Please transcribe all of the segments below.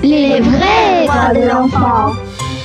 Les vrais droits de l'enfant.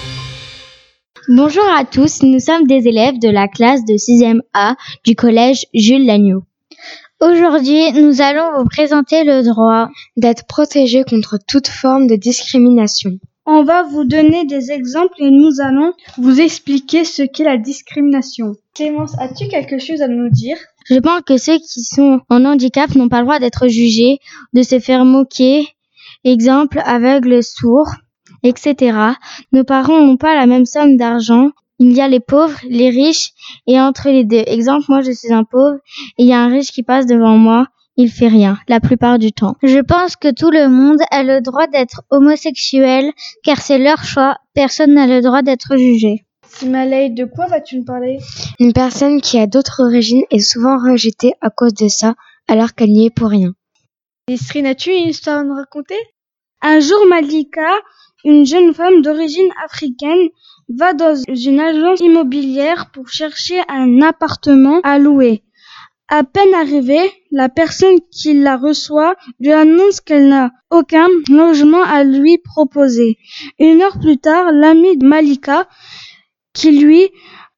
Bonjour à tous, nous sommes des élèves de la classe de 6e A du collège Jules Lagneau. Aujourd'hui, nous allons vous présenter le droit d'être protégé contre toute forme de discrimination. On va vous donner des exemples et nous allons vous expliquer ce qu'est la discrimination. Clémence, as-tu quelque chose à nous dire ? Je pense que ceux qui sont en handicap n'ont pas le droit d'être jugés, de se faire moquer, exemple aveugle, sourd, etc. Nos parents n'ont pas la même somme d'argent. Il y a les pauvres, les riches et entre les deux. Exemple, moi je suis un pauvre et il y a un riche qui passe devant moi. Il fait rien, la plupart du temps. Je pense que tout le monde a le droit d'être homosexuel, car c'est leur choix. Personne n'a le droit d'être jugé. Simalay, de quoi vas-tu nous parler ? Une personne qui a d'autres origines est souvent rejetée à cause de ça, alors qu'elle n'y est pour rien. Nisrine, as-tu une histoire à nous raconter ? Un jour, Malika, une jeune femme d'origine africaine, va dans une agence immobilière pour chercher un appartement à louer. À peine arrivée, la personne qui la reçoit lui annonce qu'elle n'a aucun logement à lui proposer. 1 heure plus tard, l'amie de Malika, qui lui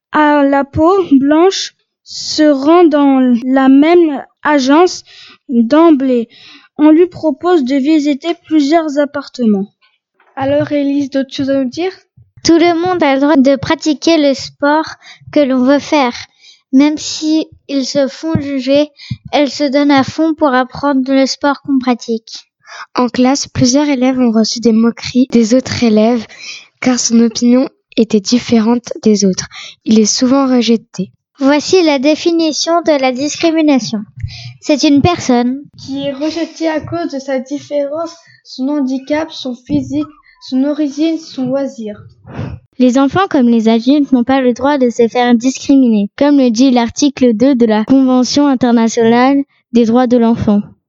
a la peau blanche, se rend dans la même agence d'emblée. On lui propose de visiter plusieurs appartements. Alors Élise, d'autres choses à nous dire ? Tout le monde a le droit de pratiquer le sport que l'on veut faire. Même si ils se font juger, elles se donnent à fond pour apprendre le sport qu'on pratique. En classe, plusieurs élèves ont reçu des moqueries des autres élèves car son opinion était différente des autres. Il est souvent rejeté. Voici la définition de la discrimination. C'est une personne qui est rejetée à cause de sa différence, son handicap, son physique, son origine, son loisir. Les enfants comme les adultes n'ont pas le droit de se faire discriminer, comme le dit l'article 2 de la Convention internationale des droits de l'enfant.